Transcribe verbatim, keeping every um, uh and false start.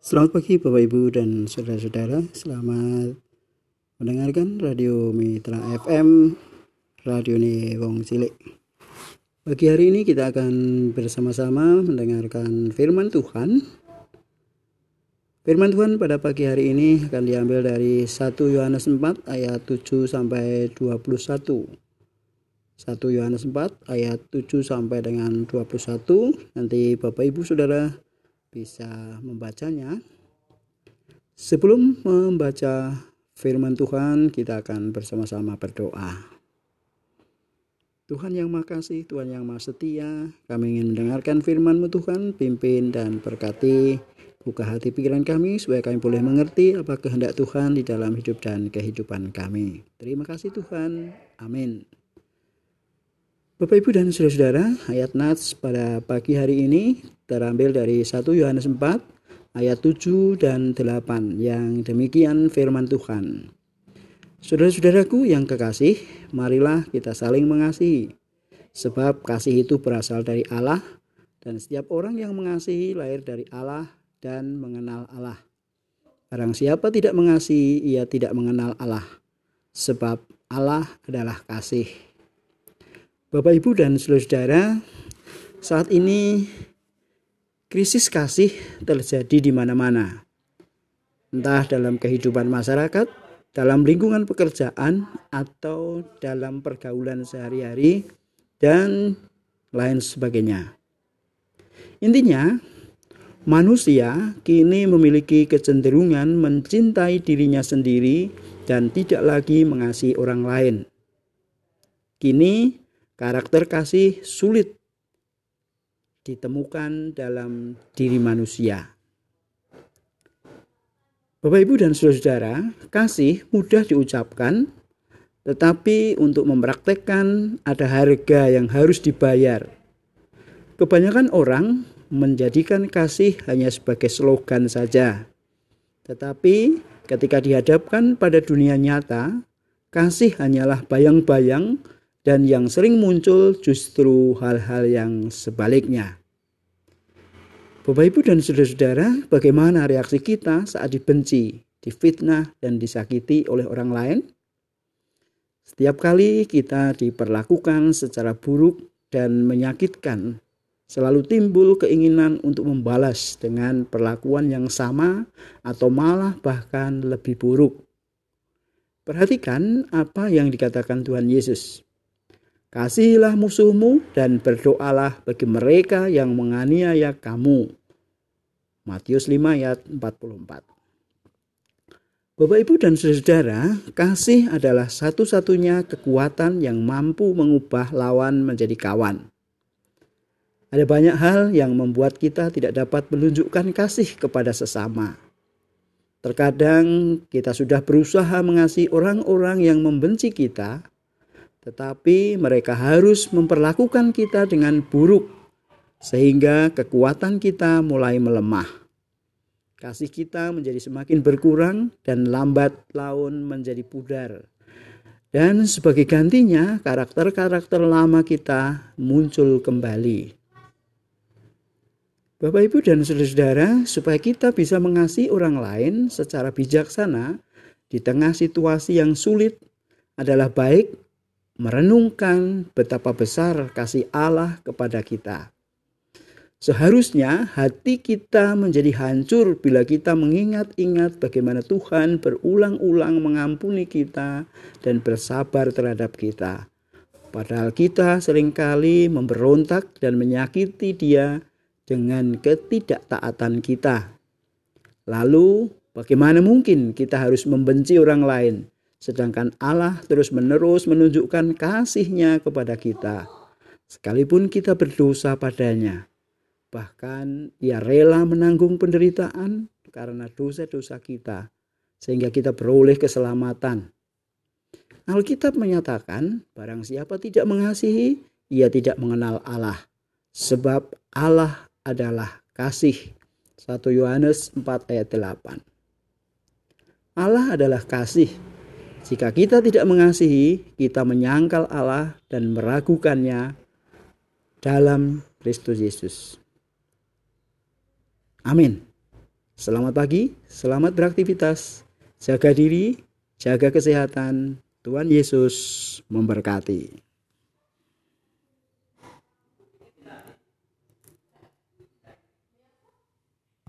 Selamat pagi Bapak Ibu dan saudara-saudara. Selamat mendengarkan Radio Mitra F M, Radio ni Wong Cilik. Pagi hari ini kita akan bersama-sama mendengarkan firman Tuhan. Firman Tuhan pada pagi hari ini akan diambil dari satu Yohanes empat ayat tujuh sampai dua puluh satu. satu Yohanes empat ayat tujuh sampai dengan dua puluh satu. Nanti Bapak Ibu Saudara bisa membacanya. Sebelum membaca firman Tuhan, kita akan bersama-sama berdoa. Tuhan yang Maha Kasih, Tuhan yang Maha Setia, kami ingin mendengarkan firman-Mu Tuhan, pimpin dan berkati, buka hati pikiran kami supaya kami boleh mengerti apa kehendak Tuhan di dalam hidup dan kehidupan kami. Terima kasih Tuhan. Amin. Bapak Ibu dan saudara-saudara, ayat nats pada pagi hari ini terambil dari satu Yohanes empat ayat tujuh dan delapan yang demikian firman Tuhan. Saudara-saudaraku yang kekasih, marilah kita saling mengasihi, sebab kasih itu berasal dari Allah, dan setiap orang yang mengasihi lahir dari Allah dan mengenal Allah. Barang siapa tidak mengasihi, ia tidak mengenal Allah, sebab Allah adalah kasih. Bapak Ibu dan saudara-saudara, saat ini krisis kasih terjadi di mana-mana. Entah dalam kehidupan masyarakat, dalam lingkungan pekerjaan, atau dalam pergaulan sehari-hari, dan lain sebagainya. Intinya, manusia kini memiliki kecenderungan mencintai dirinya sendiri dan tidak lagi mengasihi orang lain. Kini, karakter kasih sulit ditemukan dalam diri manusia. Bapak Ibu dan saudara-saudara, kasih mudah diucapkan, tetapi untuk mempraktekkan ada harga yang harus dibayar. Kebanyakan orang menjadikan kasih hanya sebagai slogan saja. Tetapi ketika dihadapkan pada dunia nyata, kasih hanyalah bayang-bayang, dan yang sering muncul justru hal-hal yang sebaliknya. Bapak Ibu dan saudara-saudara, bagaimana reaksi kita saat dibenci, difitnah, dan disakiti oleh orang lain? Setiap kali kita diperlakukan secara buruk dan menyakitkan, selalu timbul keinginan untuk membalas dengan perlakuan yang sama atau malah bahkan lebih buruk. Perhatikan apa yang dikatakan Tuhan Yesus. Kasihilah musuhmu dan berdoalah bagi mereka yang menganiaya kamu. Matius lima ayat empat puluh empat. Bapak Ibu dan saudara, kasih adalah satu-satunya kekuatan yang mampu mengubah lawan menjadi kawan. Ada banyak hal yang membuat kita tidak dapat menunjukkan kasih kepada sesama. Terkadang kita sudah berusaha mengasihi orang-orang yang membenci kita, tetapi mereka harus memperlakukan kita dengan buruk, sehingga kekuatan kita mulai melemah. Kasih kita menjadi semakin berkurang dan lambat laun menjadi pudar. Dan sebagai gantinya, karakter-karakter lama kita muncul kembali. Bapak Ibu dan saudara-saudara, supaya kita bisa mengasihi orang lain secara bijaksana di tengah situasi yang sulit adalah baik merenungkan betapa besar kasih Allah kepada kita. Seharusnya hati kita menjadi hancur bila kita mengingat-ingat bagaimana Tuhan berulang-ulang mengampuni kita dan bersabar terhadap kita. Padahal kita seringkali memberontak dan menyakiti Dia dengan ketidaktaatan kita. Lalu, bagaimana mungkin kita harus membenci orang lain, sedangkan Allah terus-menerus menunjukkan kasih-Nya kepada kita, sekalipun kita berdosa padanya. Bahkan Ia rela menanggung penderitaan karena dosa-dosa kita, sehingga kita beroleh keselamatan. Alkitab menyatakan, barang siapa tidak mengasihi, ia tidak mengenal Allah, sebab Allah adalah kasih. satu Yohanes empat ayat delapan. Allah adalah kasih. Jika kita tidak mengasihi, kita menyangkal Allah dan meragukannya dalam Kristus Yesus. Amin. Selamat pagi, selamat beraktivitas, jaga diri, jaga kesehatan. Tuhan Yesus memberkati.